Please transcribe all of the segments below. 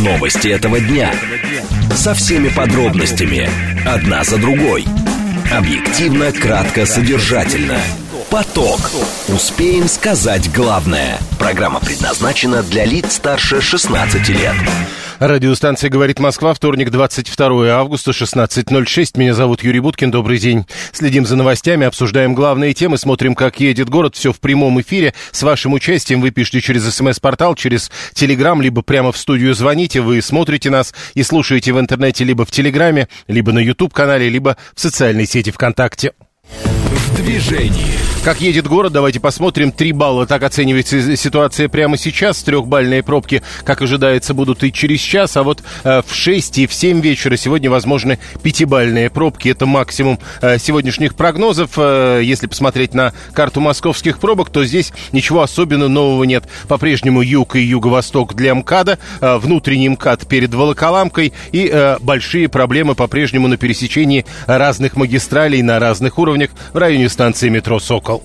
Новости этого дня. Со всеми подробностями. Одна за другой. Объективно, кратко, содержательно. Поток. Успеем сказать главное. Программа предназначена для лиц старше 16 лет. Радиостанция «Говорит Москва», вторник, 22 августа, 16:06. Меня зовут Юрий Буткин. Добрый день. Следим за новостями, обсуждаем главные темы, смотрим, как едет город. Все в прямом эфире. С вашим участием вы пишите через СМС-портал, через Телеграм, либо прямо в студию звоните. Вы смотрите нас и слушаете в интернете либо в Телеграме, либо на YouTube-канале, либо в социальной сети ВКонтакте. В движении. Как едет город, давайте посмотрим. 3 балла, так оценивается ситуация прямо сейчас. 3-бальные пробки, как ожидается, будут и через час. А вот в 6 и в 7 вечера сегодня возможны 5-бальные пробки. Это максимум сегодняшних прогнозов. Если посмотреть на карту московских пробок, то здесь ничего особенно нового нет. По-прежнему юг и юго-восток для МКАДа, внутренний МКАД перед Волоколамкой и большие проблемы по-прежнему на пересечении разных магистралей на разных уровнях в районе станции метро «Сокол».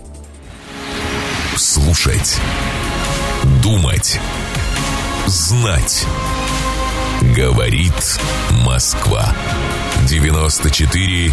Слушать, думать, знать. Говорит Москва. 94,8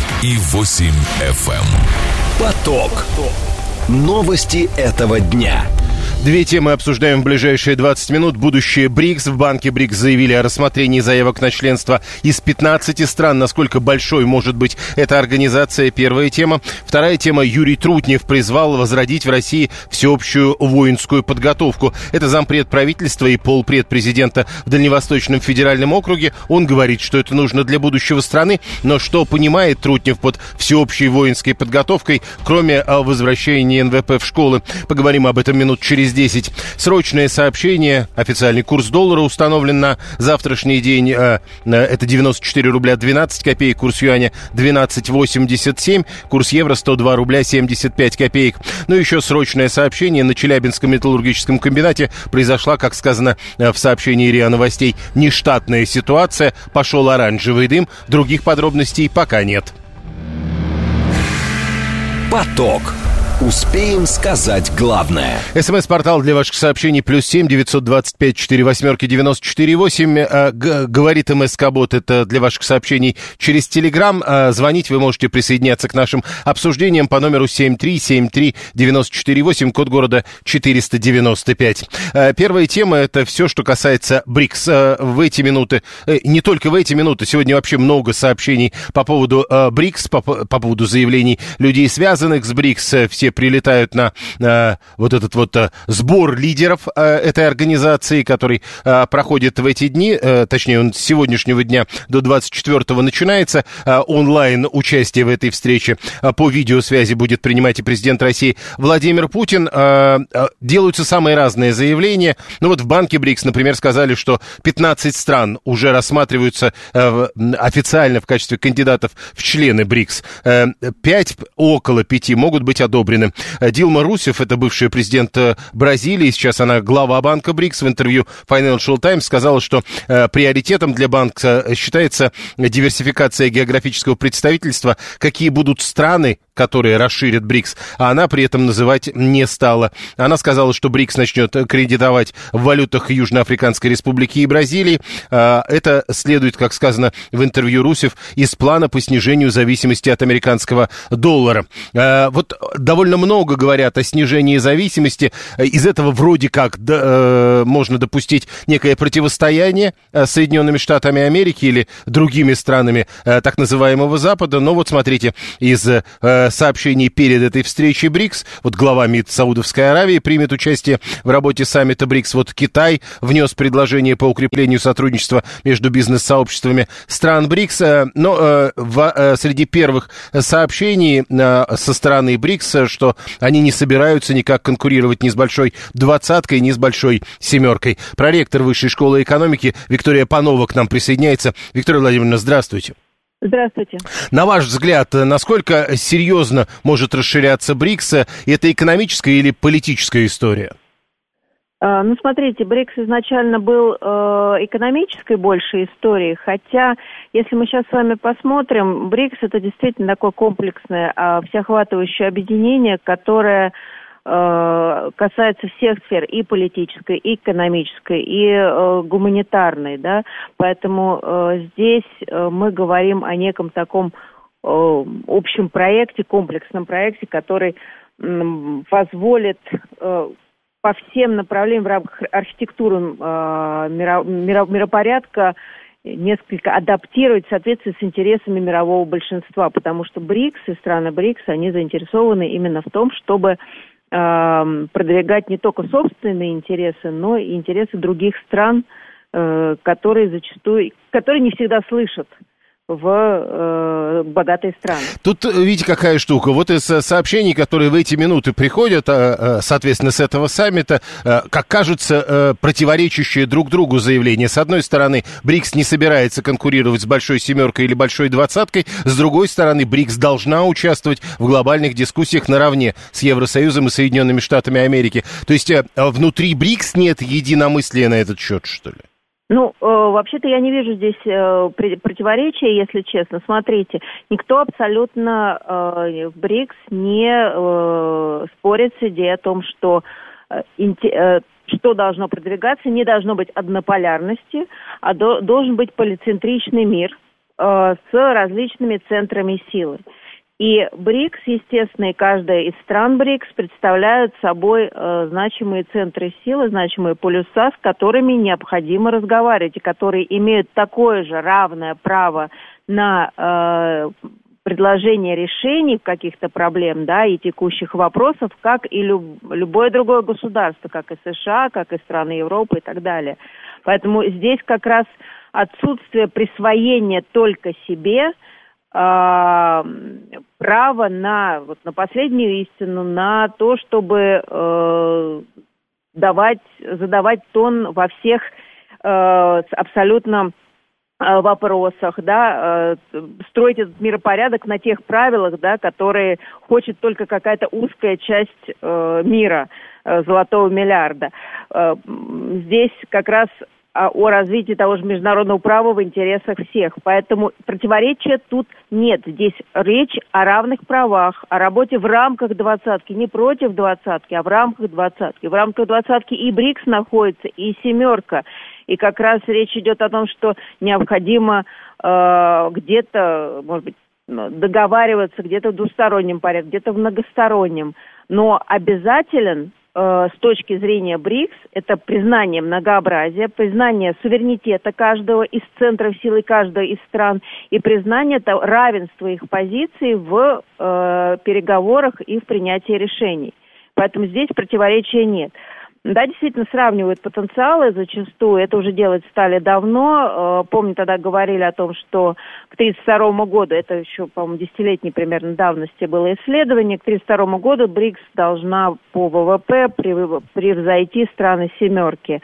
FM. Поток. Новости этого дня. 2 темы обсуждаем в ближайшие 20 минут. Будущее БРИКС. В банке БРИКС заявили о рассмотрении заявок на членство из 15 стран. Насколько большой может быть эта организация? Первая тема. Вторая тема. Юрий Трутнев призвал возродить в России всеобщую воинскую подготовку. Это зампред правительства и полпред президента в Дальневосточном федеральном округе. Он говорит, что это нужно для будущего страны. Но что понимает Трутнев под всеобщей воинской подготовкой, кроме возвращения НВП в школы? Поговорим об этом минут через 10. Срочное сообщение. Официальный курс доллара установлен на завтрашний день. Это 94 рубля 12 копеек. Курс юаня 12,87. Курс евро 102 рубля 75 копеек. Ну и еще срочное сообщение. На Челябинском металлургическом комбинате произошла, как сказано в сообщении РИА Новостей, нештатная ситуация. Пошел оранжевый дым. Других подробностей пока нет. Поток. Успеем сказать главное. СМС-портал для ваших сообщений +7 925 48 94 8. Говорит МСК-бот. Это для ваших сообщений через Телеграм. Звонить вы можете, присоединяться к нашим обсуждениям по номеру 7373 94 8, код города 495. Первая тема — это все, что касается БРИКС. В эти минуты, не только в эти минуты, сегодня вообще много сообщений по поводу БРИКС, по поводу заявлений людей, связанных с БРИКС. Все прилетают на вот этот вот сбор лидеров этой организации, который проходит в эти дни, точнее, он с сегодняшнего дня до 24-го начинается. Онлайн участие в этой встрече по видеосвязи будет принимать и президент России Владимир Путин. Делаются самые разные заявления. Ну вот в банке БРИКС, например, сказали, что 15 стран уже рассматриваются официально в качестве кандидатов в члены БРИКС. 5, около 5 могут быть одобрены. Дилма Русефф, это бывшая президент Бразилии, сейчас она глава банка БРИКС, в интервью Financial Times сказала, что приоритетом для банка считается диверсификация географического представительства, какие будут страны, которые расширят БРИКС, а она при этом называть не стала. Она сказала, что БРИКС начнет кредитовать в валютах Южноафриканской Республики и Бразилии. Это следует, как сказано в интервью Русефф, из плана по снижению зависимости от американского доллара. Вот довольно много говорят о снижении зависимости. Из этого вроде как можно допустить некое противостояние с Соединенными Штатами Америки или другими странами так называемого Запада. Но вот смотрите, из сообщений перед этой встречей БРИКС, вот глава МИД Саудовской Аравии примет участие в работе саммита БРИКС. Вот Китай внес предложение по укреплению сотрудничества между бизнес-сообществами стран БРИКС. Но среди первых сообщений со стороны БРИКС, что они не собираются никак конкурировать ни с большой двадцаткой, ни с большой семеркой. Проректор Высшей школы экономики Виктория Панова к нам присоединяется. Виктория Владимировна, здравствуйте. Здравствуйте. На ваш взгляд, насколько серьезно может расширяться БРИКС? Это экономическая или политическая история? Ну, смотрите, БРИКС изначально был экономической большей историей, хотя, если мы сейчас с вами посмотрим, БРИКС — это действительно такое комплексное, всеохватывающее объединение, которое касается всех сфер, и политической, и экономической, и гуманитарной, да, поэтому здесь мы говорим о неком таком общем проекте, комплексном проекте, который позволит по всем направлениям в рамках архитектуры миропорядка несколько адаптировать в соответствии с интересами мирового большинства, потому что БРИКС и страны БРИКС, они заинтересованы именно в том, чтобы продвигать не только собственные интересы, но и интересы других стран, которые не всегда слышат в богатые страны. Тут, видите, какая штука. Вот из сообщений, которые в эти минуты приходят, соответственно, с этого саммита, как кажется, противоречащие друг другу заявления. С одной стороны, БРИКС не собирается конкурировать с Большой Семеркой или Большой Двадцаткой. С другой стороны, БРИКС должна участвовать в глобальных дискуссиях наравне с Евросоюзом и Соединенными Штатами Америки. То есть внутри БРИКС нет единомыслия на этот счет, что ли? Ну, вообще-то я не вижу здесь противоречия, если честно. Смотрите, никто абсолютно в БРИКС не спорит с идеей о том, что должно продвигаться, не должно быть однополярности, а должен быть полицентричный мир с различными центрами силы. И БРИКС, естественно, и каждая из стран БРИКС представляют собой значимые центры силы, значимые полюса, с которыми необходимо разговаривать, и которые имеют такое же равное право на предложение решений каких-то проблем, да, и текущих вопросов, как и любое другое государство, как и США, как и страны Европы и так далее. Поэтому здесь как раз отсутствие присвоения только себе право на последнюю истину, на то, чтобы задавать тон во всех абсолютно вопросах, да, строить этот миропорядок на тех правилах, да, которые хочет только какая-то узкая часть мира, золотого миллиарда. Здесь как раз о развитии того же международного права в интересах всех. Поэтому противоречия тут нет. Здесь речь о равных правах, о работе в рамках двадцатки, не против двадцатки, а в рамках двадцатки. В рамках двадцатки и БРИКС находится, и семерка. И как раз речь идет о том, что необходимо где-то, может быть, договариваться, где-то в двустороннем порядке, где-то в многостороннем. Но обязателен с точки зрения БРИКС, это признание многообразия, признание суверенитета каждого из центров силы каждой из стран и признание равенства их позиций в переговорах и в принятии решений. Поэтому здесь противоречия нет. Да, действительно, сравнивают потенциалы зачастую, это уже делать стали давно. Помню, тогда говорили о том, что к 1932 году, это еще, по-моему, десятилетней примерно давности было исследование, к 1932 году БРИКС должна по ВВП превзойти страны семерки.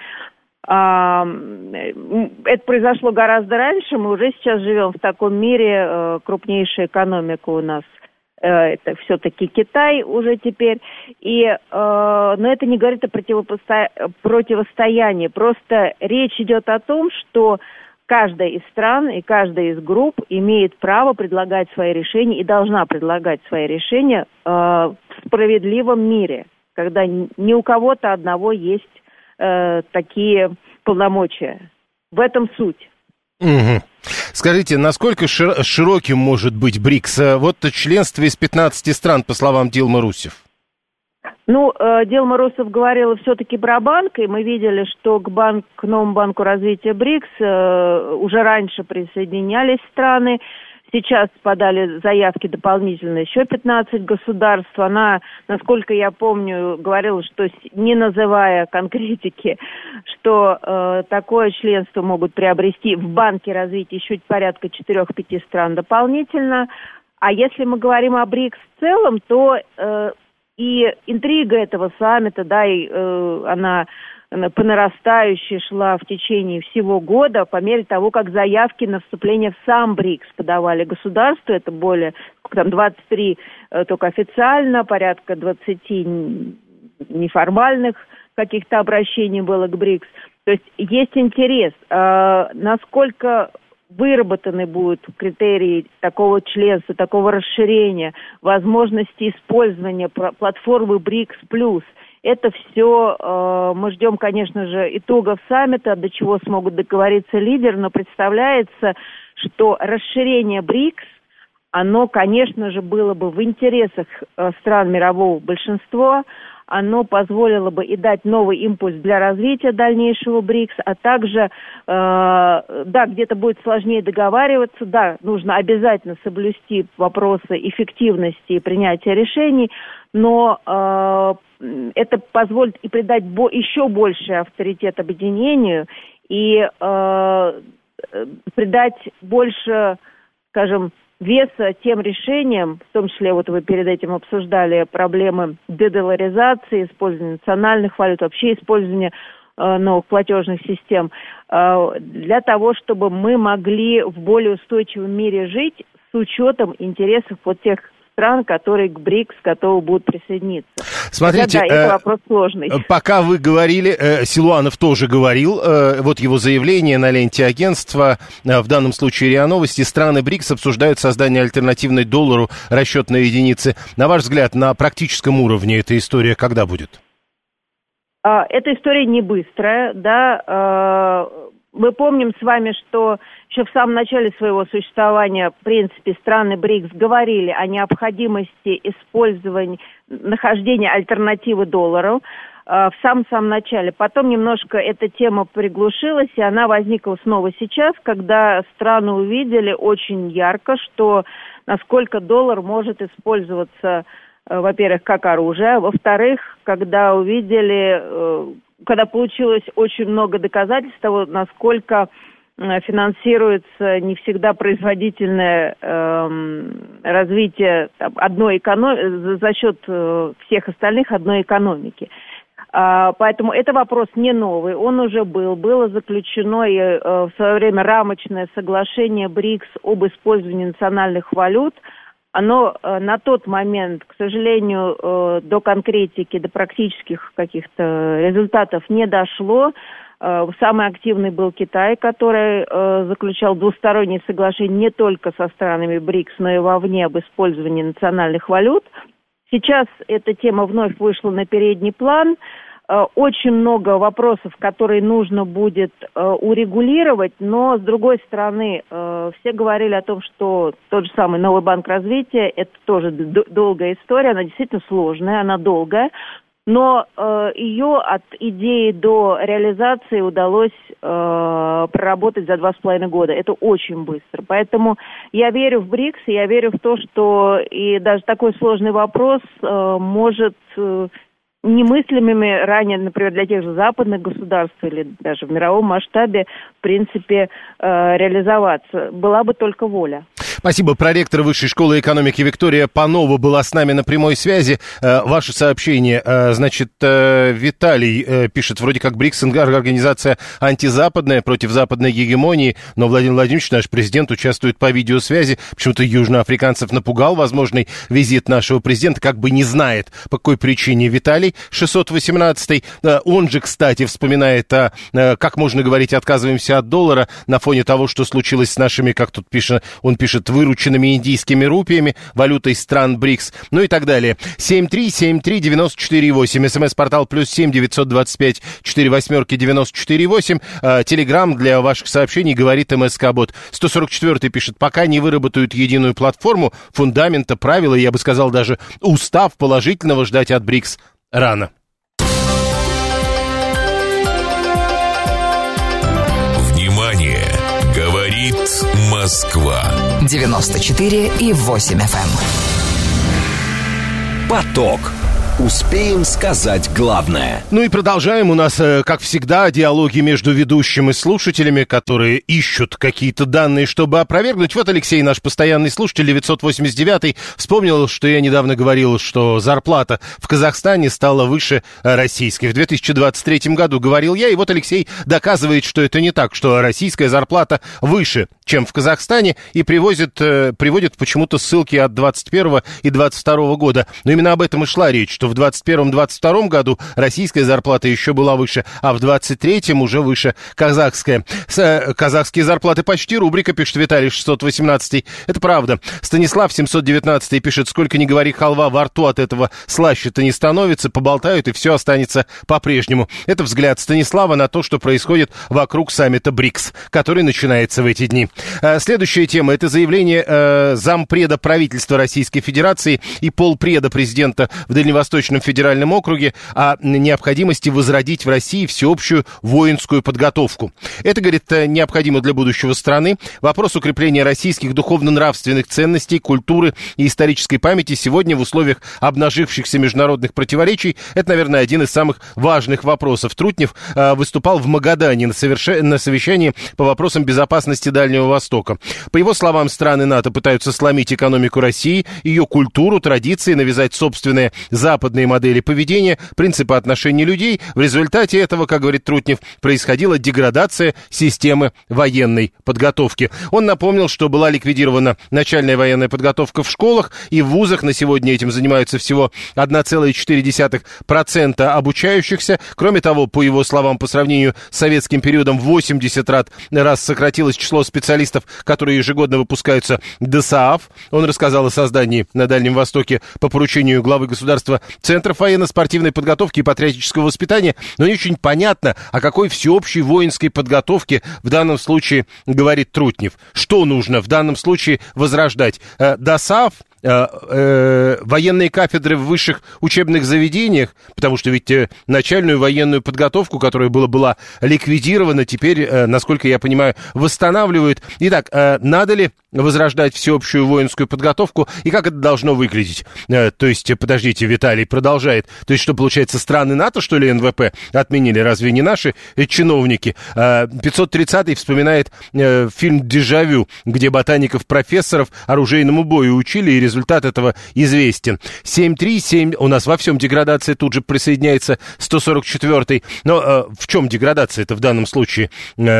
Это произошло гораздо раньше, мы уже сейчас живем в таком мире, крупнейшая экономика у нас. Это все-таки Китай уже теперь. Но это не говорит о противостоянии. Просто речь идет о том, что каждая из стран и каждая из групп имеет право предлагать свои решения и должна предлагать свои решения в справедливом мире, когда не у кого-то одного есть такие полномочия. В этом суть. Угу. Скажите, насколько широким может быть БРИКС? Вот членство из 15 стран, по словам Дилмы Русев. Ну, Дилма Русев говорила все-таки про банк, и мы видели, что к новому банку развития БРИКС уже раньше присоединялись страны. Сейчас подали заявки дополнительно еще 15 государств. Она, насколько я помню, говорила, что, не называя конкретики, что такое членство могут приобрести в Банке развития еще порядка 4-5 стран дополнительно. А если мы говорим о БРИКС в целом, то и интрига этого саммита, да, и она по нарастающей шла в течение всего года, по мере того, как заявки на вступление в сам БРИКС подавали государства, это более, 23 только официально, порядка 20 неформальных каких-то обращений было к БРИКС. То есть есть интерес. Насколько выработаны будут критерии такого членства, такого расширения, возможности использования платформы БРИКС+. Это все мы ждем, конечно же, итогов саммита, до чего смогут договориться лидеры, но представляется, что расширение БРИКС, оно, конечно же, было бы в интересах стран мирового большинства, оно позволило бы и дать новый импульс для развития дальнейшего БРИКС, а также, да, где-то будет сложнее договариваться, да, нужно обязательно соблюсти вопросы эффективности и принятия решений, но это позволит и придать еще больший авторитет объединению и придать больше, скажем, веса тем решениям, в том числе вот вы перед этим обсуждали проблемы дедоларизации, использования национальных валют, вообще использования новых платежных систем, для того, чтобы мы могли в более устойчивом мире жить с учетом интересов вот тех стран, которые к БРИКС готовы будут присоединиться. Смотрите, да, это вопрос сложный. Пока вы говорили, Силуанов тоже говорил, вот его заявление на ленте агентства, в данном случае РИА Новости, страны БРИКС обсуждают создание альтернативной доллару расчетной единицы. На ваш взгляд, на практическом уровне эта история когда будет? Эта история не быстрая, да. Мы помним с вами, что еще в самом начале своего существования, в принципе, страны БРИКС говорили о необходимости использования, нахождения альтернативы доллару в самом начале. Потом немножко эта тема приглушилась, и она возникла снова сейчас, когда страны увидели очень ярко, что насколько доллар может использоваться, во-первых, как оружие, а во-вторых, когда увидели, когда получилось очень много доказательств того, насколько финансируется не всегда производительное развитие одной экономики за счет всех остальных одной экономики. Поэтому это вопрос не новый, он уже было заключено и в свое время рамочное соглашение БРИКС об использовании национальных валют. Оно на тот момент, к сожалению, до конкретики, до практических каких-то результатов не дошло. Самый активный был Китай, который заключал двусторонние соглашения не только со странами БРИКС, но и вовне об использовании национальных валют. Сейчас эта тема вновь вышла на передний план. Очень много вопросов, которые нужно будет урегулировать, но, с другой стороны, все говорили о том, что тот же самый новый банк развития, это тоже долгая история, она действительно сложная, она долгая, но ее от идеи до реализации удалось проработать за 2,5 года. Это очень быстро. Поэтому я верю в БРИКС, и я верю в то, что и даже такой сложный вопрос может немыслимыми ранее, например, для тех же западных государств или даже в мировом масштабе, в принципе, реализоваться. Была бы только воля. Спасибо. Проректор Высшей школы экономики Виктория Панова была с нами на прямой связи. Ваше сообщение. Значит, Виталий пишет, вроде как БРИКС организация антизападная, против западной гегемонии, но Владимир Владимирович, наш президент, участвует по видеосвязи. Почему-то южноафриканцев напугал возможный визит нашего президента, как бы не знает, по какой причине. Виталий 618. Он же, кстати, вспоминает, как можно говорить, отказываемся от доллара на фоне того, что случилось с нашими, как тут пишет, он пишет, вырученными индийскими рупиями, валютой стран БРИКС, ну и так далее. 7373948, смс-портал +7 925 48 948, телеграм для ваших сообщений, говорит МСК-бот. 144 пишет, пока не выработают единую платформу, фундамента, правила, я бы сказал даже устав положительного ждать от БРИКС рано. Внимание! Говорит Москва. 94,8 FM. Поток. Успеем сказать главное. Ну и продолжаем. У нас, как всегда, диалоги между ведущим и слушателями, которые ищут какие-то данные, чтобы опровергнуть. Вот Алексей, наш постоянный слушатель, 989-й, вспомнил, что я недавно говорил, что зарплата в Казахстане стала выше российской. В 2023 году говорил я, и вот Алексей доказывает, что это не так, что российская зарплата выше, чем в Казахстане, и приводит почему-то ссылки от 21 и 22 года. Но именно об этом и шла речь, что в 2021-2022 году российская зарплата еще была выше, а в 2023 уже выше казахская. Казахские зарплаты почти рубрика, пишет Виталий 618. Это правда. Станислав 719 пишет: сколько ни говори халва, во рту от этого слаще-то не становится, поболтают и все останется по-прежнему. Это взгляд Станислава на то, что происходит вокруг саммита БРИКС, который начинается в эти дни. Следующая тема — это заявление зампреда правительства Российской Федерации и полпреда президента в Дальневосточном федеральном округе о необходимости возродить в России всеобщую воинскую подготовку. Это, говорит, необходимо для будущего страны. Вопрос укрепления российских духовно-нравственных ценностей, культуры и исторической памяти сегодня в условиях обнажившихся международных противоречий — это, наверное, один из самых важных вопросов. Трутнев выступал в Магадане на совещании по вопросам безопасности Дальнего Востока. По его словам, страны НАТО пытаются сломить экономику России, ее культуру, традиции, навязать собственные западные модели поведения, принципы отношений людей. В результате этого, как говорит Трутнев, происходила деградация системы военной подготовки. Он напомнил, что была ликвидирована начальная военная подготовка в школах и в вузах. На сегодня этим занимаются всего 1,4% обучающихся. Кроме того, по его словам, по сравнению с советским периодом 80 раз сократилось число специалистов, которые ежегодно выпускаются ДСААФ. Он рассказал о создании на Дальнем Востоке по поручению главы государства Центров военно-спортивной подготовки и патриотического воспитания. Но не очень понятно, о какой всеобщей воинской подготовке в данном случае говорит Трутнев. Что нужно в данном случае возрождать? ДСААФ? Военные кафедры в высших учебных заведениях, потому что ведь начальную военную подготовку, которая была ликвидирована, теперь, насколько я понимаю, восстанавливают. Итак, надо ли возрождать всеобщую воинскую подготовку и как это должно выглядеть? То есть, подождите, Виталий продолжает. То есть, что, получается, страны НАТО, что ли, НВП отменили? Разве не наши чиновники? 530-й вспоминает фильм «Дежавю», где ботаников-профессоров оружейному бою учили, и результат этого известен. 737, у нас во всем деградация, тут же присоединяется 144-й. Но в чем деградация-то в данном случае?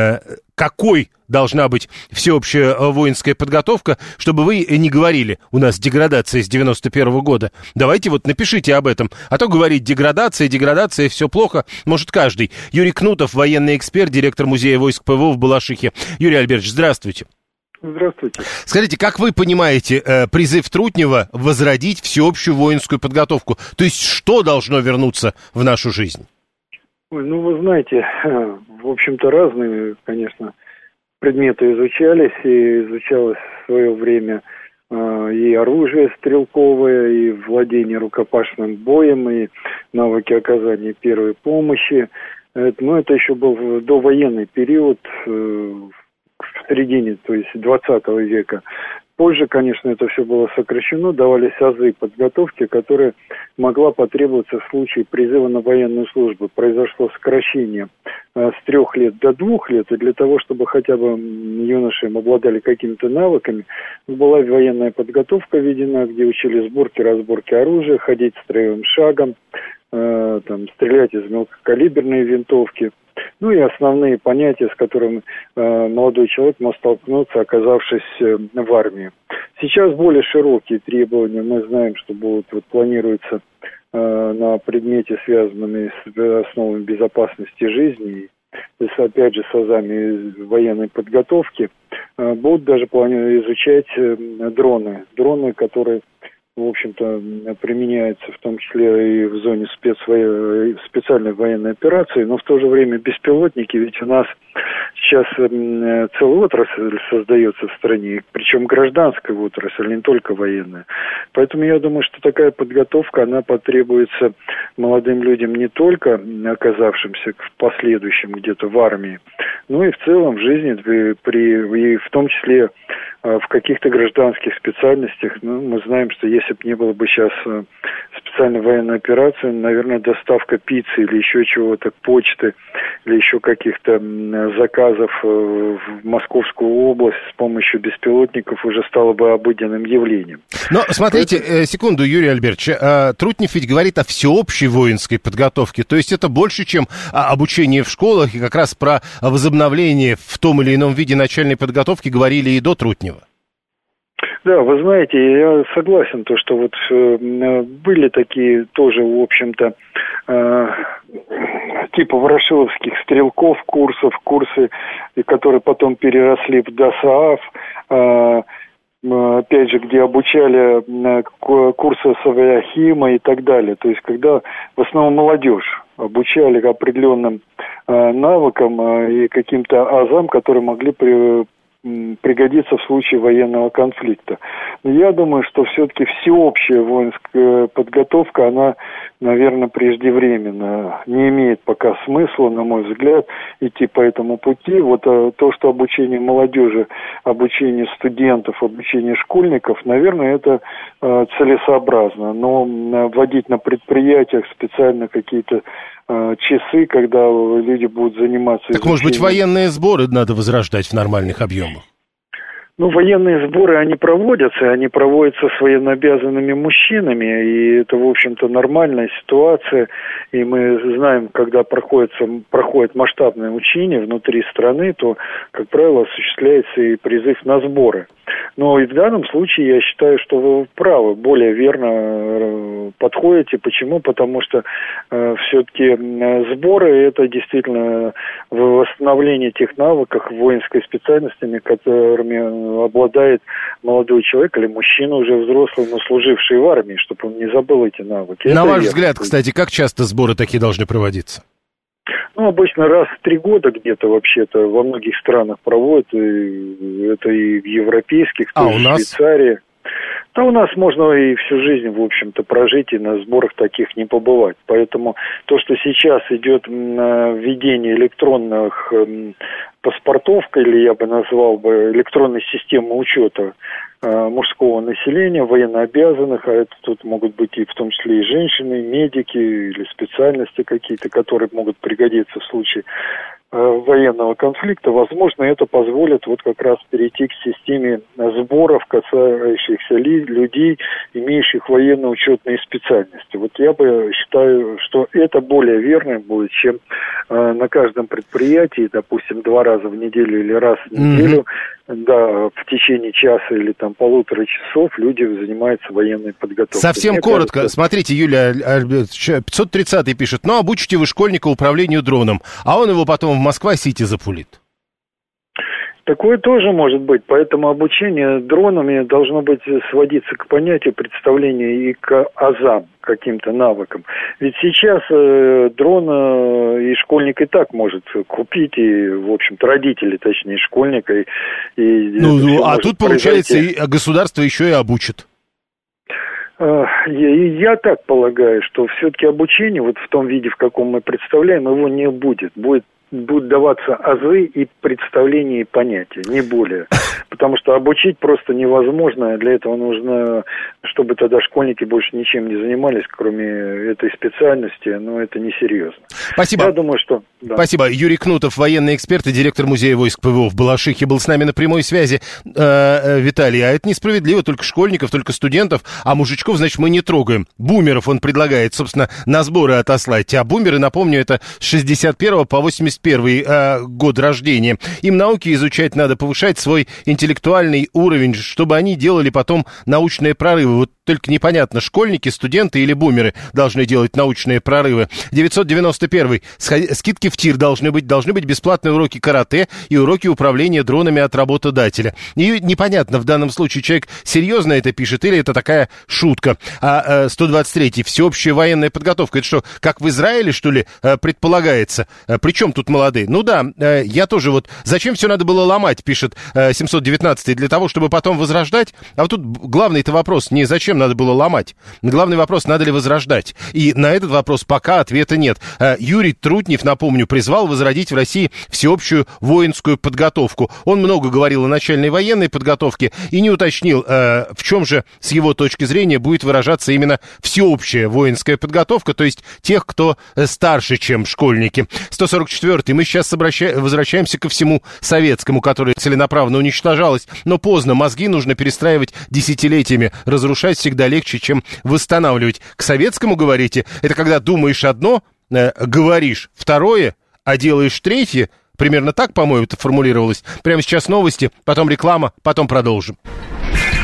Какой должна быть всеобщая воинская подготовка, чтобы вы не говорили: у нас деградация с 91-го года. Давайте вот напишите об этом. А то говорить деградация, все плохо может каждый. Юрий Кнутов, военный эксперт, директор музея войск ПВО в Балашихе. Юрий Альбертович, здравствуйте. Здравствуйте. Скажите, как вы понимаете призыв Трутнева возродить всеобщую воинскую подготовку? То есть что должно вернуться в нашу жизнь? Ой, ну, вы знаете, в общем-то, разные, конечно, предметы изучались, и изучалось в свое время и оружие стрелковое, и владение рукопашным боем, и навыки оказания первой помощи. Но это еще был довоенный период, в середине, то есть 20 века. Позже, конечно, это все было сокращено, давались азы подготовки, которые могла потребоваться в случае призыва на военную службу. Произошло сокращение с 3 лет до 2 лет, и для того, чтобы хотя бы юноши обладали какими-то навыками, была военная подготовка введена, где учили сборке, разборке оружия, ходить строевым шагом, стрелять из мелкокалиберной винтовки. Ну и основные понятия, с которыми молодой человек может столкнуться, оказавшись в армии. Сейчас более широкие требования. Мы знаем, что планируется на предмете, связанными с основами безопасности жизни, и опять же с азами военной подготовки, будут даже изучать дроны, которые, в общем-то, применяются в том числе и в зоне специальной военной операции, но в то же время беспилотники, ведь у нас сейчас целая отрасль создается в стране, причем гражданская отрасль, не только военная. Поэтому я думаю, что такая подготовка, она потребуется молодым людям не только оказавшимся в последующем где-то в армии, но и в целом в жизни, и в том числе в каких-то гражданских специальностях. Ну, мы знаем, что если бы не было бы сейчас специальной военной операции, наверное, доставка пиццы или еще чего-то, почты, или еще каких-то заказов в Московскую область с помощью беспилотников уже стало бы обыденным явлением. Но смотрите, секунду, Юрий Альбертович, Трутнев ведь говорит о всеобщей воинской подготовке, то есть это больше, чем обучение в школах, и как раз про возобновление в том или ином виде начальной подготовки говорили и до Трутнева. Да, вы знаете, я согласен, то, что вот были такие тоже, в общем-то, типа ворошиловских стрелков курсы, и которые потом переросли в ДОСААФ, опять же, где обучали курсы Савиахима и так далее. То есть, когда в основном молодежь обучали определенным навыкам и каким-то азам, которые могли пригодиться в случае военного конфликта. Но я думаю, что все-таки всеобщая воинская подготовка, она, наверное, преждевременно. Не имеет пока смысла, на мой взгляд, идти по этому пути. Вот то, что обучение молодежи, обучение студентов, обучение школьников, наверное, это целесообразно. Но вводить на предприятиях специально какие-то часы, когда люди будут заниматься... Так, может быть, военные сборы надо возрождать в нормальных объемах? Ну, военные сборы, они проводятся с военнообязанными мужчинами, и это, в общем-то, нормальная ситуация, и мы знаем, когда проходит масштабное учение внутри страны, то, как правило, осуществляется и призыв на сборы. Но и в данном случае я считаю, что вы правы, более верно подходите. Почему? Потому что все-таки сборы – это действительно восстановление тех навыков воинской специальностями, которыми обладает молодой человек или мужчина уже взрослый, но служивший в армии, чтобы он не забыл эти навыки. На ваш взгляд, кстати, как часто сборы такие должны проводиться? Ну, обычно раз в 3 года где-то вообще-то во многих странах проводят, и это и в европейских, у нас? в Швейцарии. Да у нас можно и всю жизнь, в общем-то, прожить и на сборах таких не побывать. Поэтому то, что сейчас идет введение электронных паспортов, или я бы назвал бы электронной системы учета мужского населения, военнообязанных, а это тут могут быть и в том числе и женщины, и медики, или специальности какие-то, которые могут пригодиться в случае военного конфликта, возможно, это позволит вот как раз перейти к системе сборов, касающихся людей, имеющих военно-учетные специальности. Вот я бы считаю, что это более верно будет, чем на каждом предприятии, допустим, 2 раза в неделю или раз в неделю, да, в течение часа или там 1,5 часов люди занимаются военной подготовкой. Совсем мне коротко. Кажется... Смотрите, Юлия, 530-й пишет, обучите вы школьника управлению дроном, а он его потом в Москва-Сити запулит. Такое тоже может быть, поэтому обучение дронами должно быть сводиться к понятию представления и к азам, каким-то навыкам. Ведь сейчас дрон и школьник и так может купить, и, в общем-то, родители, точнее, школьника. А тут, получается, и государство еще и обучит. Я так полагаю, что все-таки обучение, вот в том виде, в каком мы представляем, его не будет. Будут даваться азы и представления, и понятия, не более. Потому что обучить просто невозможно, для этого нужно, чтобы тогда школьники больше ничем не занимались, кроме этой специальности, но это несерьезно. Спасибо. Я думаю, что... Да. Спасибо. Юрий Кнутов, военный эксперт и директор музея войск ПВО в Балашихе, был с нами на прямой связи. Виталий, а это несправедливо, только школьников, только студентов, а мужичков, значит, мы не трогаем. Бумеров он предлагает, собственно, на сборы отослать. А бумеры, напомню, это с 61 по 81 год рождения. Им науки изучать надо, повышать свой интеллектуальный уровень, чтобы они делали потом научные прорывы. Вот только непонятно, школьники, студенты или бумеры должны делать научные прорывы. 991. Скидки в ТИР должны быть бесплатные уроки карате и уроки управления дронами от работодателя. И непонятно, в данном случае человек серьезно это пишет или это такая шутка. А 123. Всеобщая военная подготовка. Это что, как в Израиле, что ли, предполагается? Причем тут молодые? Ну да, я тоже вот... Зачем все надо было ломать, пишет 719. Для того, чтобы потом возрождать? А вот тут главный-то вопрос не зачем надо было ломать. Главный вопрос, надо ли возрождать. И на этот вопрос пока ответа нет. Юрий Трутнев, напомню, призвал возродить в России всеобщую воинскую подготовку. Он много говорил о начальной военной подготовке и не уточнил, в чем же, с его точки зрения, будет выражаться именно всеобщая воинская подготовка, то есть тех, кто старше, чем школьники. 144-й. Мы сейчас возвращаемся ко всему советскому, которое целенаправленно уничтожалось. Но поздно. Мозги нужно перестраивать десятилетиями. Разрушать всегда легче, чем восстанавливать. К советскому, говорите, это когда думаешь одно, говоришь второе, а делаешь третье. Примерно так, по-моему, это формулировалось. Прямо сейчас новости, потом реклама, потом продолжим.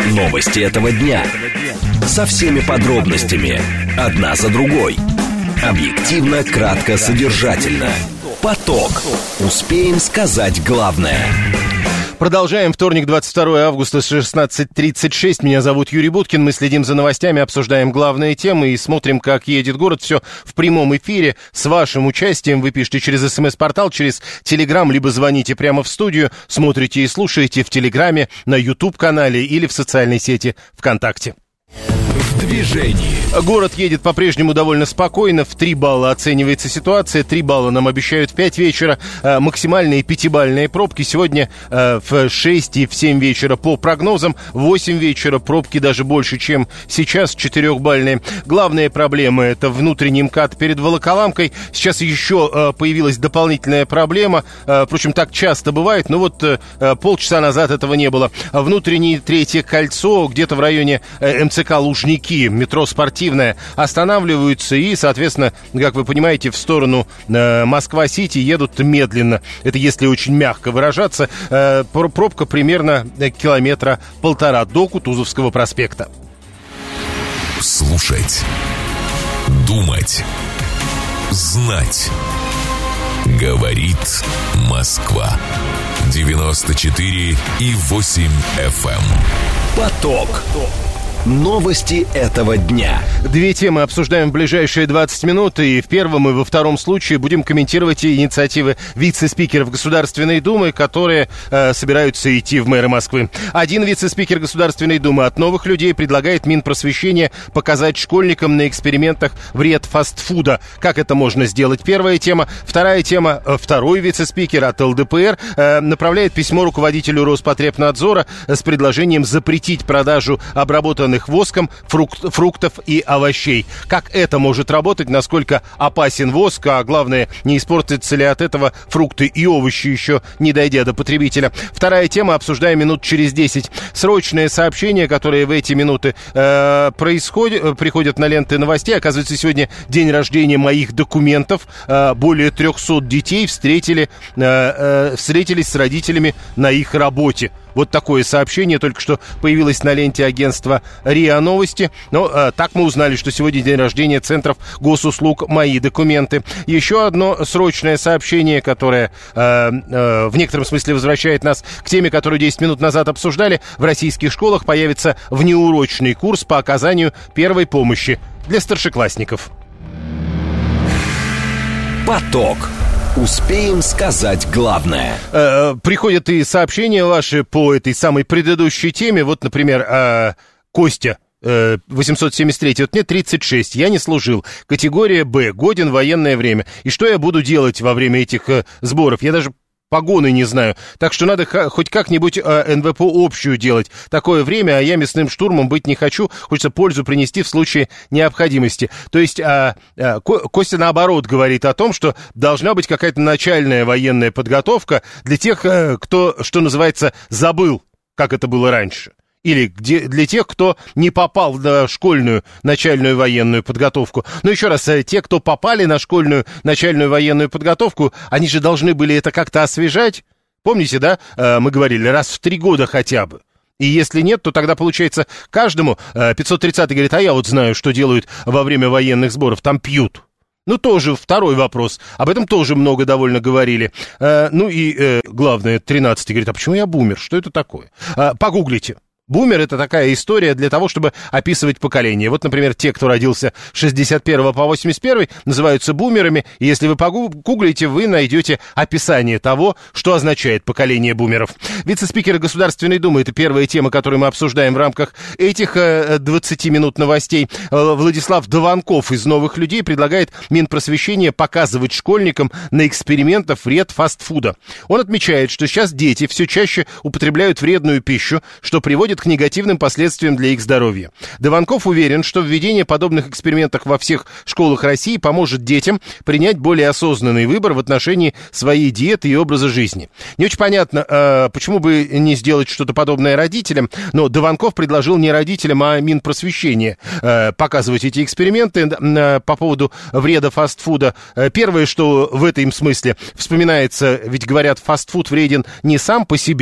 Новости этого дня. Со всеми подробностями. Одна за другой. Объективно, кратко, содержательно. Поток. Успеем сказать главное. Продолжаем. Вторник, 22 августа, 16:36. Меня зовут Юрий Буткин. Мы следим за новостями, обсуждаем главные темы и смотрим, как едет город. Все в прямом эфире с вашим участием. Вы пишите через СМС-портал, через Телеграм, либо звоните прямо в студию. Смотрите и слушаете в Телеграме, на YouTube-канале или в социальной сети ВКонтакте. В движении. Город едет по-прежнему довольно спокойно. В 3 балла оценивается ситуация. 3 балла нам обещают в 5 вечера. Максимальные 5-бальные пробки сегодня в 6 и в 7 вечера по прогнозам. В 8 вечера пробки даже больше, чем сейчас, 4-бальные. Главная проблема — это внутренний МКАД перед Волоколамкой. Сейчас еще появилась дополнительная проблема. Впрочем, так часто бывает, но вот полчаса назад этого не было. Внутреннее третье кольцо где-то в районе МЦК Лужники, метро Спортивная, останавливаются и, соответственно, как вы понимаете, в сторону Москва-Сити едут медленно. Это если очень мягко выражаться. Пробка примерно 1,5 километра до Кутузовского проспекта. Слушать. Думать. Знать. Говорит Москва. 94,8 FM. Поток. Новости этого дня. 2 темы обсуждаем в ближайшие 20 минут. И в первом, и во втором случае будем комментировать инициативы вице-спикеров Государственной Думы, которые собираются идти в мэры Москвы. Один вице-спикер Государственной Думы от новых людей предлагает Минпросвещения показать школьникам на экспериментах вред фастфуда. Как это можно сделать? Первая тема. Вторая тема. Второй вице-спикер от ЛДПР направляет письмо руководителю Роспотребнадзора с предложением запретить продажу обработанных воском фруктов и овощей. Как это может работать, насколько опасен воск, а главное, не испортятся ли от этого фрукты и овощи, еще не дойдя до потребителя. Вторая тема, обсуждаем минут через 10. Срочное сообщение, которое в эти минуты приходят на ленты новостей. Оказывается, сегодня день рождения моих документов. Более 300 детей встретились с родителями на их работе. Вот такое сообщение только что появилось на ленте агентства РИА Новости. Но так мы узнали, что сегодня день рождения центров госуслуг «Мои документы». Еще одно срочное сообщение, которое в некотором смысле возвращает нас к теме, которую 10 минут назад обсуждали. В российских школах появится внеурочный курс по оказанию первой помощи для старшеклассников. Поток. Успеем сказать главное. Приходят и сообщения ваши по этой самой предыдущей теме. Вот, например, Костя, 873. Вот мне 36, я не служил. Категория Б, годен в военное время. И что я буду делать во время этих сборов? Я даже погоны не знаю. Так что надо хоть как-нибудь НВПО общую делать. Такое время, а я мясным штурмом быть не хочу. Хочется пользу принести в случае необходимости. То есть Костя наоборот говорит о том, что должна быть какая-то начальная военная подготовка для тех, кто, что называется, забыл, как это было раньше. Или для тех, кто не попал на школьную начальную военную подготовку. Но еще раз, те, кто попали на школьную начальную военную подготовку, они же должны были это как-то освежать. Помните, да, мы говорили, раз в 3 года хотя бы. И если нет, то тогда, получается, каждому 530-й говорит, а я вот знаю, что делают во время военных сборов, там пьют. Ну, тоже второй вопрос. Об этом тоже много довольно говорили. Главное, 13-й говорит, а почему я бумер? Что это такое? Погуглите. Бумер — это такая история для того, чтобы описывать поколение. Вот, например, те, кто родился с 61 по 81, называются бумерами. И если вы погуглите, вы найдете описание того, что означает поколение бумеров. Вице-спикеры Государственной Думы — это первая тема, которую мы обсуждаем в рамках этих 20 минут новостей. Владислав Дованков из «Новых людей» предлагает Минпросвещения показывать школьникам на экспериментах вред фастфуда. Он отмечает, что сейчас дети все чаще употребляют вредную пищу, что приводит к негативным последствиям для их здоровья. Дованков уверен, что введение подобных экспериментов во всех школах России поможет детям принять более осознанный выбор в отношении своей диеты и образа жизни. Не очень понятно, почему бы не сделать что-то подобное родителям, но Дованков предложил не родителям, а Минпросвещения показывать эти эксперименты по поводу вреда фастфуда. Первое, что в этом смысле вспоминается, ведь говорят, фастфуд вреден не сам по себе,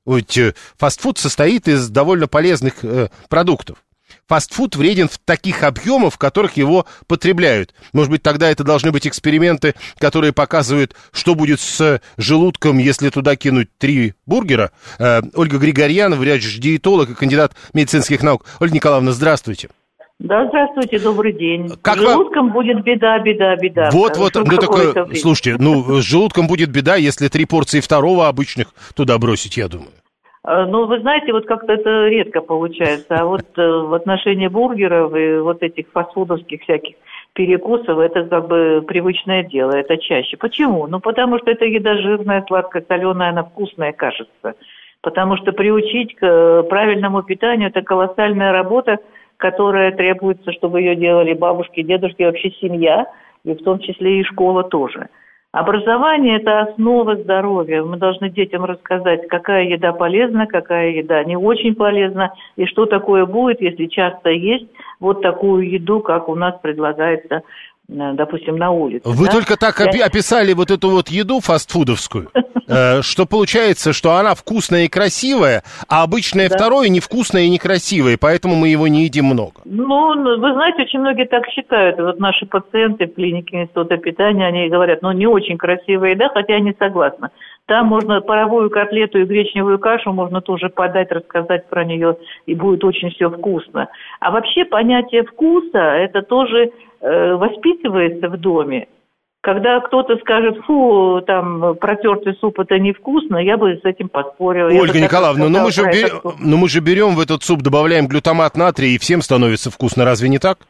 Ведь фастфуд состоит из довольно полезных продуктов. Фастфуд вреден в таких объемах, в которых его потребляют. Может быть, тогда это должны быть эксперименты, которые показывают, что будет с желудком, если туда кинуть 3 бургера. Ольга Григорьянова, врач-диетолог и кандидат медицинских наук. Ольга Николаевна, здравствуйте. Да, здравствуйте, добрый день. Как с желудком будет беда. Вот, слушайте, с желудком будет беда, если 3 порции второго обычных туда бросить, я думаю. Ну, вы знаете, вот как-то это редко получается. А вот в отношении бургеров и вот этих фастфудовских всяких перекусов, это как бы привычное дело, это чаще. Почему? Ну, потому что эта еда жирная, сладкая, соленая, она вкусная, кажется. Потому что приучить к правильному питанию – это колоссальная работа, которая требуется, чтобы ее делали бабушки, дедушки, вообще семья, и в том числе и школа тоже. Образование – это основа здоровья. Мы должны детям рассказать, какая еда полезна, какая еда не очень полезна, и что такое будет, если часто есть вот такую еду, как у нас предлагается, допустим, на улице. Вы только так описали вот эту вот еду фастфудовскую, что получается, что она вкусная и красивая, а обычное второе невкусное и некрасивое, поэтому мы его не едим много. Ну, вы знаете, очень многие так считают. Вот наши пациенты в клинике Института питания, они говорят, не очень красивая еда, хотя я не согласна. Там можно паровую котлету и гречневую кашу можно тоже подать, рассказать про нее, и будет очень все вкусно. А вообще понятие вкуса, это тоже воспитывается в доме. Когда кто-то скажет, фу, там, протертый суп, это невкусно, я бы с этим поспорила. Ольга Николаевна, мы же берем в этот суп, добавляем глютамат натрия, и всем становится вкусно, разве не так?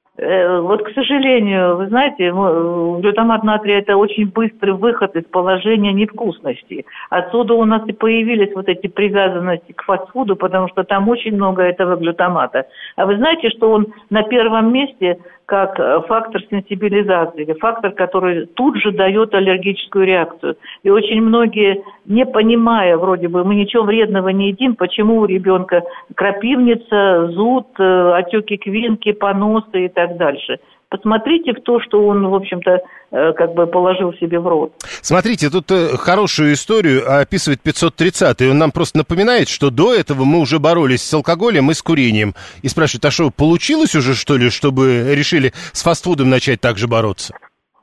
Вот, к сожалению, вы знаете, глютамат натрия – это очень быстрый выход из положения невкусности. Отсюда у нас и появились вот эти привязанности к фастфуду, потому что там очень много этого глютамата. А вы знаете, что он на первом месте как фактор сенсибилизации, фактор, который тут же дает аллергическую реакцию. И очень многие, не понимая, вроде бы, мы ничего вредного не едим, почему у ребенка крапивница, зуд, отеки квинки, поносы и так дальше. Посмотрите в то, что он, в общем-то, как бы положил себе в рот. Смотрите, тут хорошую историю описывает 530-й. Он нам просто напоминает, что до этого мы уже боролись с алкоголем и с курением. И спрашивает, а что, получилось уже, что ли, чтобы решили с фастфудом начать так же бороться?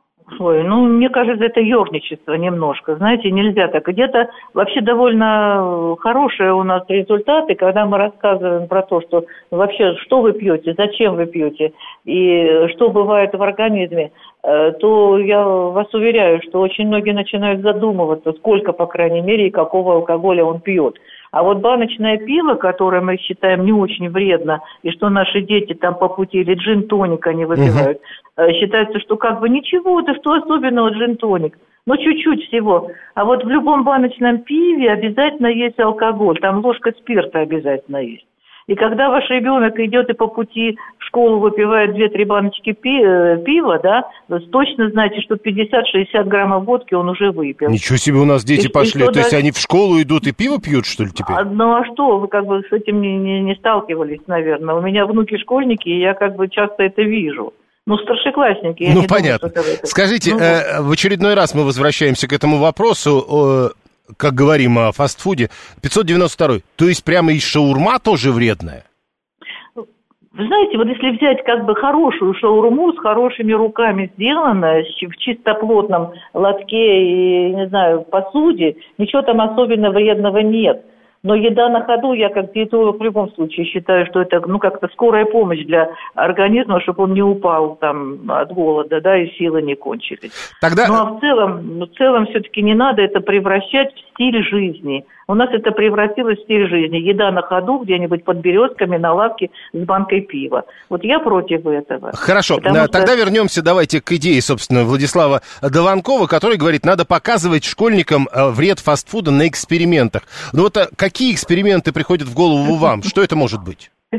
Ой, мне кажется, это ёрничество немножко, знаете, нельзя так. Где-то вообще довольно хорошие у нас результаты, когда мы рассказываем про то, что вообще, что вы пьете, зачем вы пьете и что бывает в организме, то я вас уверяю, что очень многие начинают задумываться, сколько, по крайней мере, и какого алкоголя он пьет. А вот баночное пиво, которое мы считаем не очень вредно, и что наши дети там по пути или джин-тоник они выпивают, считается, что как бы ничего, это что особенного джин-тоник? Чуть-чуть всего. А вот в любом баночном пиве обязательно есть алкоголь, там ложка спирта обязательно есть. И когда ваш ребенок идет и по пути в школу выпивает 2-3 баночки пива, да, вы точно знаете, что 50-60 граммов водки он уже выпил. Ничего себе, у нас дети пошли. То есть они в школу идут и пиво пьют, что ли, теперь? А что, вы как бы с этим не сталкивались, наверное. У меня внуки школьники, и я как бы часто это вижу. Старшеклассники. Я понятно. Думаю, Скажите, в очередной раз мы возвращаемся к этому вопросу, как говорим о фастфуде. 592-й. То есть прямо и шаурма тоже вредная? Вы знаете, вот если взять как бы хорошую шаурму с хорошими руками сделанную, в чистоплотном лотке и, не знаю, посуде, ничего там особенно вредного нет. Но еда на ходу, я как диетолог в любом случае считаю, что это, как-то скорая помощь для организма, чтобы он не упал там от голода, да, и силы не кончились. Тогда... в целом все-таки не надо это превращать в стиль жизни. У нас это превратилось в стиль жизни. Еда на ходу где-нибудь под березками на лавке с банкой пива. Вот я против этого. Хорошо, тогда вернемся давайте к идее, собственно, Владислава Дованкова, который говорит, надо показывать школьникам вред фастфуда на экспериментах. Какие эксперименты приходят в голову вам? Что это может быть?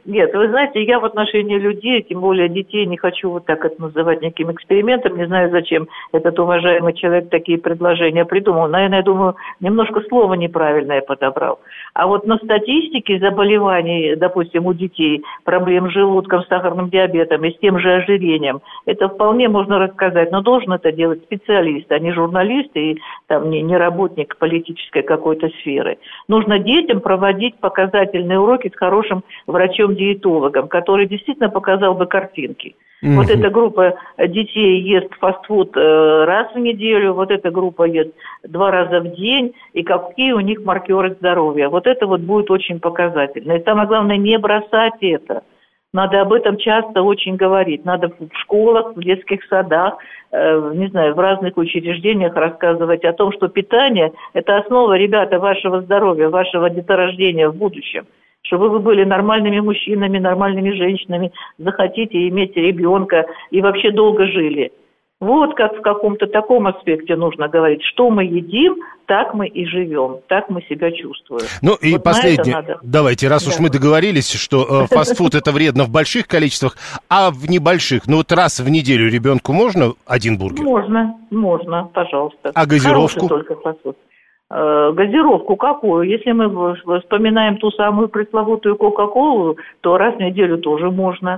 Нет, вы знаете, я в отношении людей, тем более детей, не хочу вот так это называть неким экспериментом. Не знаю, зачем этот уважаемый человек такие предложения придумал. Наверное, я думаю, немножко слово неправильное подобрал. А вот на статистике заболеваний, допустим, у детей, проблем с желудком, с сахарным диабетом и с тем же ожирением, это вполне можно рассказать. Но должен это делать специалист, а не журналист и там, не работник политической какой-то сферы. Нужно детям проводить показательные уроки с хорошим врачом-диетологом, который действительно показал бы картинки. Вот эта группа детей ест фастфуд раз в неделю, вот эта группа ест 2 раза в день, и какие у них маркеры здоровья. Вот это вот будет очень показательно. И самое главное, не бросать это. Надо об этом часто очень говорить. Надо в школах, в детских садах, не знаю, в разных учреждениях рассказывать о том, что питание – это основа, ребята, вашего здоровья, вашего деторождения в будущем. Чтобы вы были нормальными мужчинами, нормальными женщинами, захотите иметь ребенка и вообще долго жили. Вот как в каком-то таком аспекте нужно говорить. Что мы едим, так мы и живем, так мы себя чувствуем. Ну и вот последнее, давайте, раз уж мы договорились, что фастфуд это вредно в больших количествах, а в небольших, ну вот раз в неделю ребенку можно 1 бургер? Можно, пожалуйста. А газировку? Хороший только фастфуд. Газировку какую? Если мы вспоминаем ту самую пресловутую Кока-Колу, то раз в неделю тоже можно.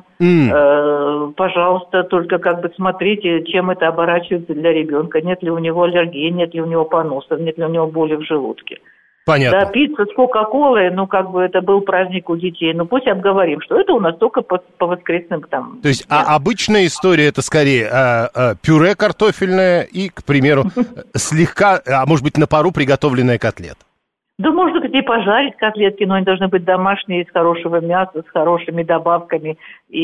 Пожалуйста, только как бы смотрите, чем это оборачивается для ребенка. Нет ли у него аллергии, нет ли у него поносов, нет ли у него боли в желудке. Понятно. Да, пицца с Кока-Колой, ну, как бы это был праздник у детей. Ну, пусть обговорим, что это у нас только по воскресным там. То есть, обычная история это скорее пюре картофельное и, к примеру, слегка, а может быть, на пару приготовленная котлета. Да, можно и пожарить котлетки, но они должны быть домашние, из хорошего мяса, с хорошими добавками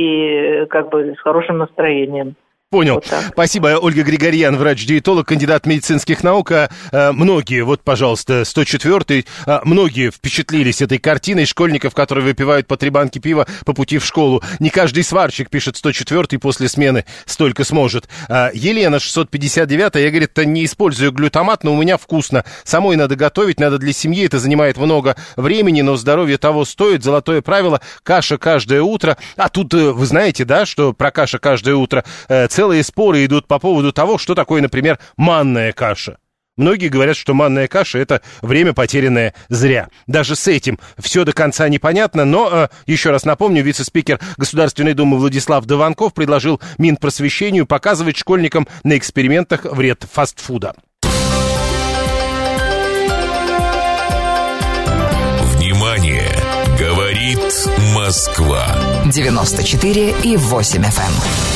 и как бы с хорошим настроением. Понял. Вот Спасибо. Ольга Григорьян, врач-диетолог, кандидат медицинских наук. Многие, вот, пожалуйста, 104-й, многие впечатлились этой картиной школьников, которые выпивают по 3 банки пива по пути в школу. Не каждый сварщик, пишет 104-й, после смены столько сможет. Елена, 659-я, говорит, не использую глютамат, но у меня вкусно. Самой надо готовить, надо для семьи, это занимает много времени, но здоровье того стоит. Золотое правило, каша каждое утро. А тут вы знаете, да, что про каша каждое утро целые споры идут по поводу того, что такое, например, манная каша. Многие говорят, что манная каша – это время, потерянное зря. Даже с этим все до конца непонятно, но, еще раз напомню, вице-спикер Государственной Думы Владислав Дованков предложил Минпросвещению показывать школьникам на экспериментах вред фастфуда. Внимание! Говорит Москва. 94,8 FM.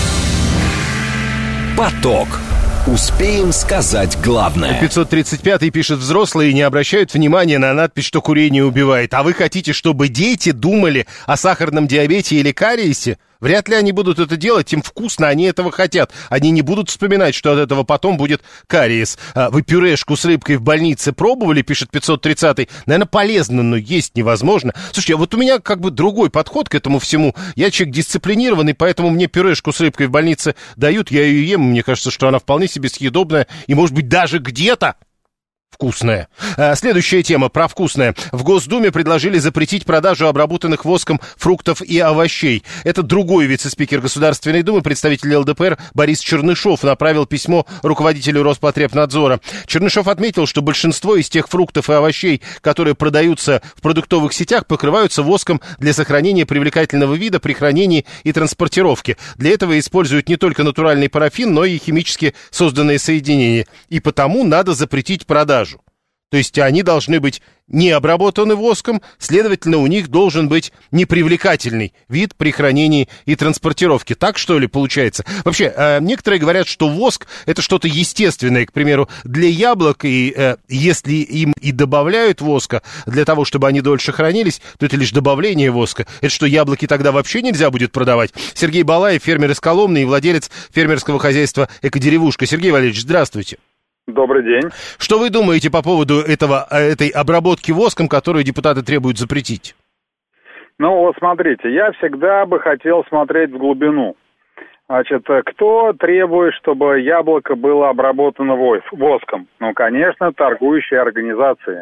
Поток. Успеем сказать главное. 535-й пишет: взрослые не обращают внимания на надпись, что курение убивает. А вы хотите, чтобы дети думали о сахарном диабете или кариесе? Вряд ли они будут это делать, им вкусно, они этого хотят. Они не будут вспоминать, что от этого потом будет кариес. Вы пюрешку с рыбкой в больнице пробовали, пишет 530-й. Наверное, полезно, но есть невозможно. Слушайте, вот у меня как бы другой подход к этому всему. Я человек дисциплинированный, поэтому мне пюрешку с рыбкой в больнице дают, я ее ем. Мне кажется, что она вполне себе съедобная и, может быть, даже где-то вкусная. Следующая тема про вкусное. В Госдуме предложили запретить продажу обработанных воском фруктов и овощей. Это другой вице-спикер Государственной Думы, представитель ЛДПР Борис Чернышов, направил письмо руководителю Роспотребнадзора. Чернышов отметил, что большинство из тех фруктов и овощей, которые продаются в продуктовых сетях, покрываются воском для сохранения привлекательного вида при хранении и транспортировке. Для этого используют не только натуральный парафин, но и химически созданные соединения. И потому надо запретить продажу. То есть они должны быть не обработаны воском, следовательно, у них должен быть непривлекательный вид при хранении и транспортировке. Так, что ли, получается? Вообще, некоторые говорят, что воск – это что-то естественное, к примеру, для яблок, и если им и добавляют воска для того, чтобы они дольше хранились, то это лишь добавление воска. Это что, яблоки тогда вообще нельзя будет продавать? Сергей Балаев, фермер из Коломны и владелец фермерского хозяйства «Экодеревушка». Сергей Валерьевич, здравствуйте. Добрый день. Что вы думаете по поводу этой обработки воском, которую депутаты требуют запретить? Ну, вот смотрите, я всегда бы хотел смотреть в глубину. Значит, кто требует, чтобы яблоко было обработано воском? Ну, конечно, торгующие организации.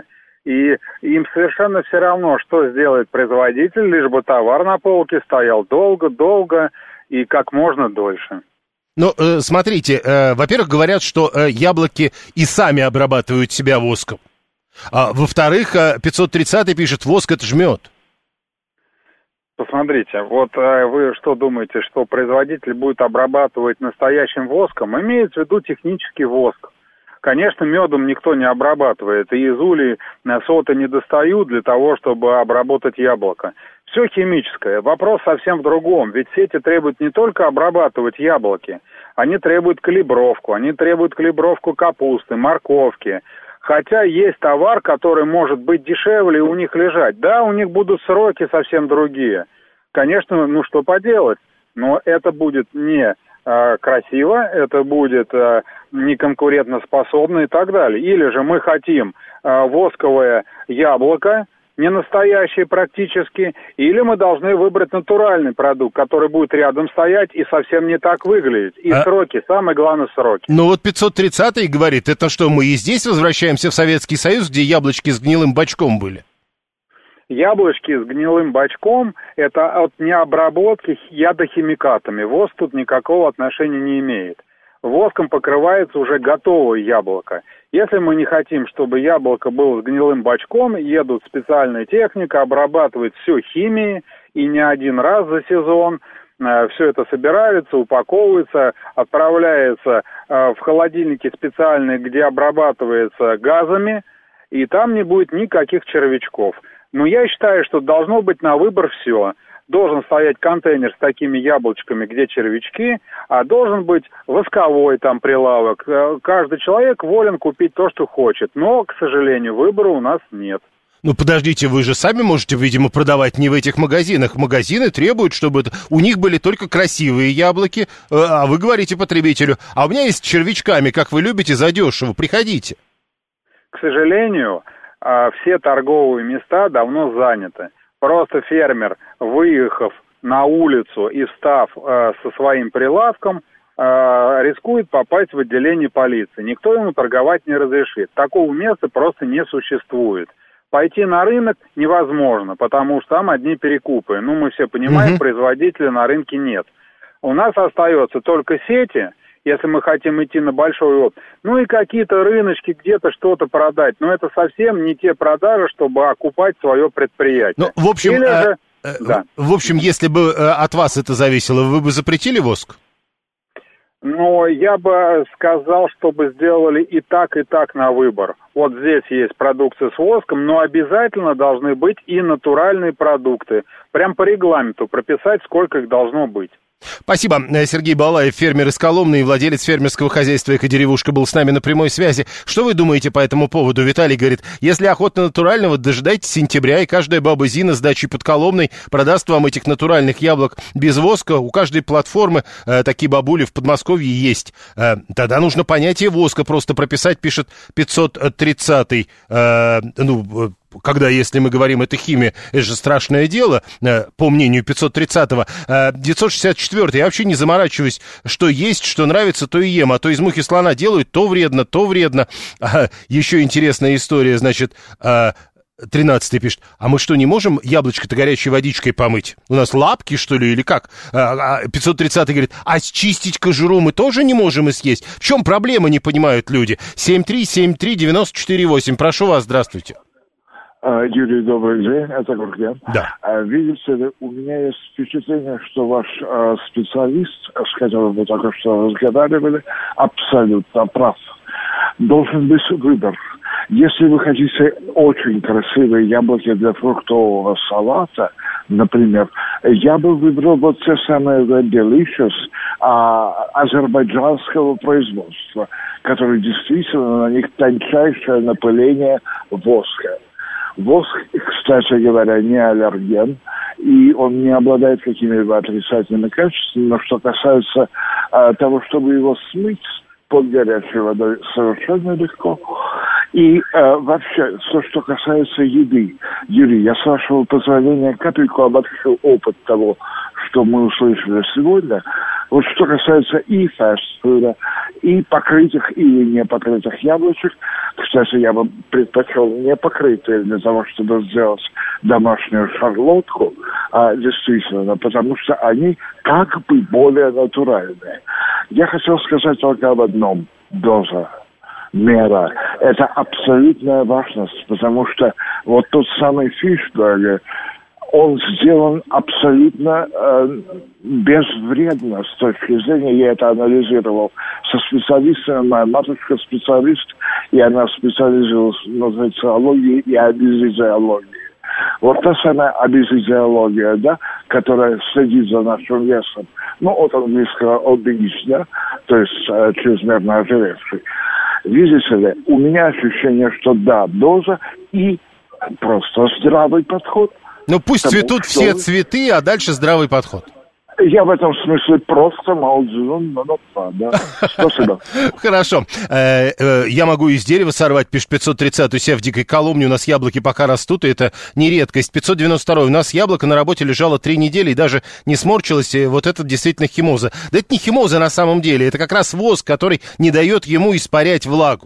И им совершенно все равно, что сделает производитель, лишь бы товар на полке стоял долго и как можно дольше. Ну, смотрите, во-первых, говорят, что яблоки и сами обрабатывают себя воском. А во-вторых, 530-й пишет, воск это жмет. Посмотрите, вот вы что думаете, что производитель будет обрабатывать настоящим воском? Имеется в виду технический воск. Конечно, медом никто не обрабатывает, и из улей соты не достают для того, чтобы обработать яблоко. Все химическое. Вопрос совсем в другом. Ведь сети требуют не только обрабатывать яблоки, они требуют калибровку капусты, морковки. Хотя есть товар, который может быть дешевле и у них лежать. Да, у них будут сроки совсем другие. Конечно, ну что поделать, но это будет не красиво, это будет неконкурентоспособно и так далее. Или же мы хотим восковое яблоко, не настоящее практически, или мы должны выбрать натуральный продукт, который будет рядом стоять и совсем не так выглядеть. И сроки, самое главное сроки. Ну вот 530-й говорит, это что, мы и здесь возвращаемся в Советский Союз, где яблочки с гнилым бачком были? Яблочки с гнилым бачком – это от необработки ядохимикатами. Воск тут никакого отношения не имеет. Воском покрывается уже готовое яблоко. Если мы не хотим, чтобы яблоко было с гнилым бачком, едут специальная техника, обрабатывает все химией, и не один раз за сезон. Все это собирается, упаковывается, отправляется в холодильники специальные, где обрабатывается газами, и там не будет никаких червячков. Но я считаю, что должно быть на выбор все. Должен стоять контейнер с такими яблочками, где червячки, а должен быть восковой там прилавок. Каждый человек волен купить то, что хочет. Но, к сожалению, выбора у нас нет. Ну, подождите, вы же сами можете, видимо, продавать не в этих магазинах. Магазины требуют, чтобы у них были только красивые яблоки, а вы говорите потребителю, а у меня есть с червячками, как вы любите, задешево, приходите. К сожалению, все торговые места давно заняты. Просто фермер, выехав на улицу и встав со своим прилавком, рискует попасть в отделение полиции. Никто ему торговать не разрешит. Такого места просто не существует. Пойти на рынок невозможно, потому что там одни перекупы. Ну, мы все понимаем, производителя на рынке нет. У нас остается только сети, если мы хотим идти на большой опыт. Ну и какие-то рыночки, где-то что-то продать. Но это совсем не те продажи, чтобы окупать свое предприятие. Ну, в общем, в общем, если бы от вас это зависело, вы бы запретили воск? Но я бы сказал, чтобы сделали и так на выбор. Вот здесь есть продукция с воском, но обязательно должны быть и натуральные продукты. Прям по регламенту прописать, сколько их должно быть. Спасибо. Сергей Балаев, фермер из Коломны и владелец фермерского хозяйства «Эко-деревушка», был с нами на прямой связи. Что вы думаете по этому поводу? Виталий говорит, если охота натурального, дожидайтесь сентября, и каждая баба Зина с дачей под Коломной продаст вам этих натуральных яблок без воска. У каждой платформы такие бабули в Подмосковье есть. Тогда нужно понятие воска просто прописать, пишет 530-й. Когда, если мы говорим, это химия, это же страшное дело, по мнению 530-го. 964-й, я вообще не заморачиваюсь, что есть, что нравится, то и ем, а то из мухи слона делают, то вредно, то вредно. Еще интересная история, значит, 13-й пишет, а мы что, не можем яблочко-то горячей водичкой помыть? У нас лапки, что ли, или как? 530-й говорит, а счистить кожуру мы тоже не можем и съесть? В чем проблема, не понимают люди? 7373948, прошу вас, здравствуйте. Юрий, добрый день, это Гурген. Да. Видите ли, у меня есть впечатление, что ваш специалист, с которым вы только что разговаривали, абсолютно прав. Должен быть выбор. Если вы хотите очень красивые яблоки для фруктового салата, например, я бы выбрал вот те самые Delicious азербайджанского производства, которые действительно на них тончайшее напыление воска. Воск, кстати говоря, не аллерген, и он не обладает какими-либо отрицательными качествами, но что касается того, чтобы его смыть под горячей водой, совершенно легко. И вообще, то, что касается еды, Юрий, я с вашего позволения капельку обобщу опыт того, что мы услышали сегодня. Вот что касается и фастфуда, и покрытых или не покрытых яблочек, кстати, я бы предпочел не покрытые для того, чтобы сделать домашнюю шарлотку, действительно, потому что они как бы более натуральные. Я хотел сказать только об одном: доза. Мера. Это абсолютная важность, потому что вот тот самый фишбургер, он сделан абсолютно безвредно с точки зрения, я это анализировал со специалистами, моя матушка специалист, и она специализировалась в нутрициологии и обезидиологии. Вот та самая обезидиология, да, которая следит за нашим весом, от английского obese, да, то есть чрезмерно ожиревший. Видите ли, у меня ощущение, что да, доза и просто здравый подход. Пусть цветут все цветы, а дальше здравый подход. Я в этом смысле просто молчу, да. Спасибо. Хорошо. Я могу из дерева сорвать, пишет 530, у себя в Дикой Коломне у нас яблоки пока растут, и это не редкость. 592, у нас яблоко на работе лежало 3 недели и даже не сморщилось, и вот это действительно химоза. Да это не химоза на самом деле, это как раз воск, который не дает ему испарять влагу.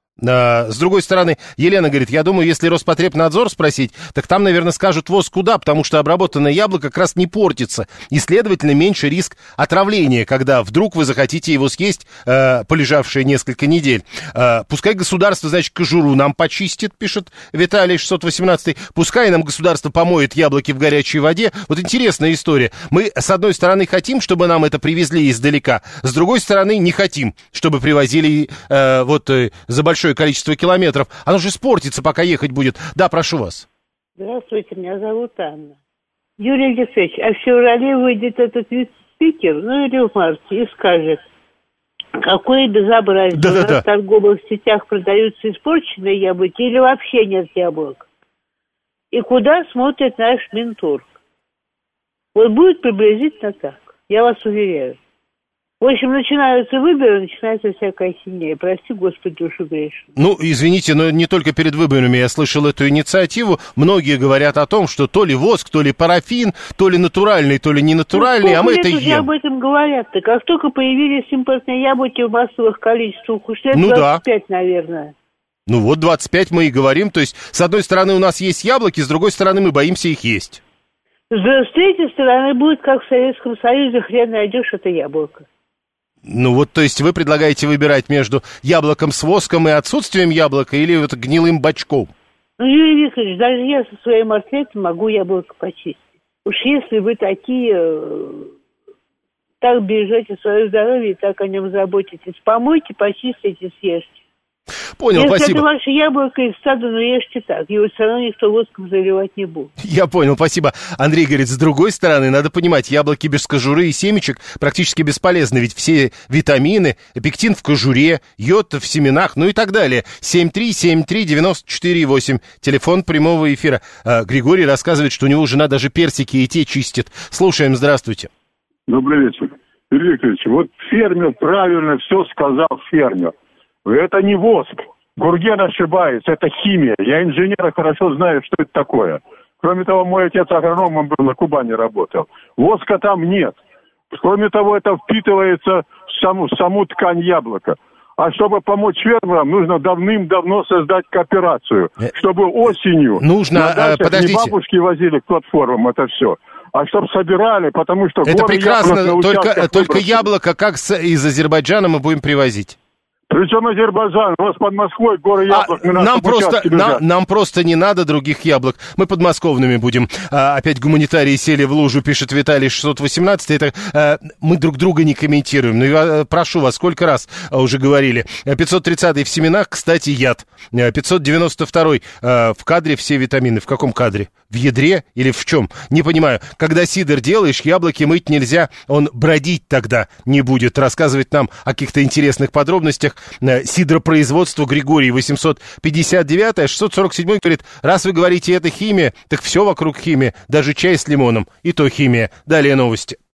С другой стороны, Елена говорит, я думаю, если Роспотребнадзор спросить, так там, наверное, скажут воск куда, потому что обработанное яблоко как раз не портится, и, следовательно, меньше риск отравления, когда вдруг вы захотите его съесть, полежавшие несколько недель. Пускай государство, значит, кожуру нам почистит, пишет Виталий 618, пускай нам государство помоет яблоки в горячей воде. Вот интересная история. Мы, с одной стороны, хотим, чтобы нам это привезли издалека, с другой стороны, не хотим, чтобы привозили за большое количество километров. Оно же испортится, пока ехать будет. Да, прошу вас. Здравствуйте, меня зовут Анна. Юрий Алексеевич, а в феврале выйдет этот вице-спикер, или в марте, и скажет, какое безобразие. У нас в торговых сетях продаются испорченные яблоки или вообще нет яблок. И куда смотрит наш Минторг? Вот будет приблизительно так, я вас уверяю. В общем, начинаются выборы, начинается всякая химия. Прости, Господи, душу грешную. Извините, но не только перед выборами я слышал эту инициативу. Многие говорят о том, что то ли воск, то ли парафин, то ли натуральный, то ли не натуральный, а мы это ем. Об этом говорят-то. Как только появились импортные яблоки в массовых количествах, уж лет 25, наверное. 25 мы и говорим. То есть, с одной стороны, у нас есть яблоки, с другой стороны, мы боимся их есть. С третьей стороны, будет, как в Советском Союзе, хрен найдешь это яблоко. То есть вы предлагаете выбирать между яблоком с воском и отсутствием яблока или гнилым бачком? Юрий Викторович, даже я со своим ответом могу яблоко почистить. Уж если вы так бережете свое здоровье и так о нем заботитесь, помойте, почистите, съешьте. Понял, если спасибо. Это ваше яблоко из сада, ешьте так. Его все равно никто воском заливать не будет. Я понял, спасибо. Андрей говорит, с другой стороны, надо понимать, яблоки без кожуры и семечек практически бесполезны, ведь все витамины, пектин в кожуре, йод в семенах, и так далее. 7373948, телефон прямого эфира. Григорий рассказывает, что у него жена даже персики и те чистит. Слушаем, здравствуйте. Добрый вечер. Юрий Викторович, вот фермер правильно все сказал, фермер. Это не воск. Гурген ошибается, это химия. Я инженера хорошо знаю, что это такое. Кроме того, мой отец агрономом был, на Кубани работал. Воска там нет. Кроме того, это впитывается в саму ткань яблока. А чтобы помочь фермерам, нужно давным-давно создать кооперацию, чтобы осенью на дачах не бабушки возили к платформам это все, а чтобы собирали, потому что это прекрасно, только яблоко как из Азербайджана мы будем привозить. Причем Азербайджан, у вас под Москвой горы яблок нам просто не надо других яблок. Мы подмосковными будем. Опять гуманитарии сели в лужу, пишет Виталий 618. Мы друг друга не комментируем. Я прошу вас, сколько раз уже говорили. 530-й в семенах, кстати, яд. 592-й в кадре все витамины. В каком кадре? В ядре или в чем? Не понимаю. Когда сидр делаешь, яблоки мыть нельзя. Он бродить тогда не будет. Рассказывать нам о каких-то интересных подробностях. Сидропроизводство Григорий 859, 647 говорит, раз вы говорите, это химия, так все вокруг химия, даже чай с лимоном, и то химия. Далее новости.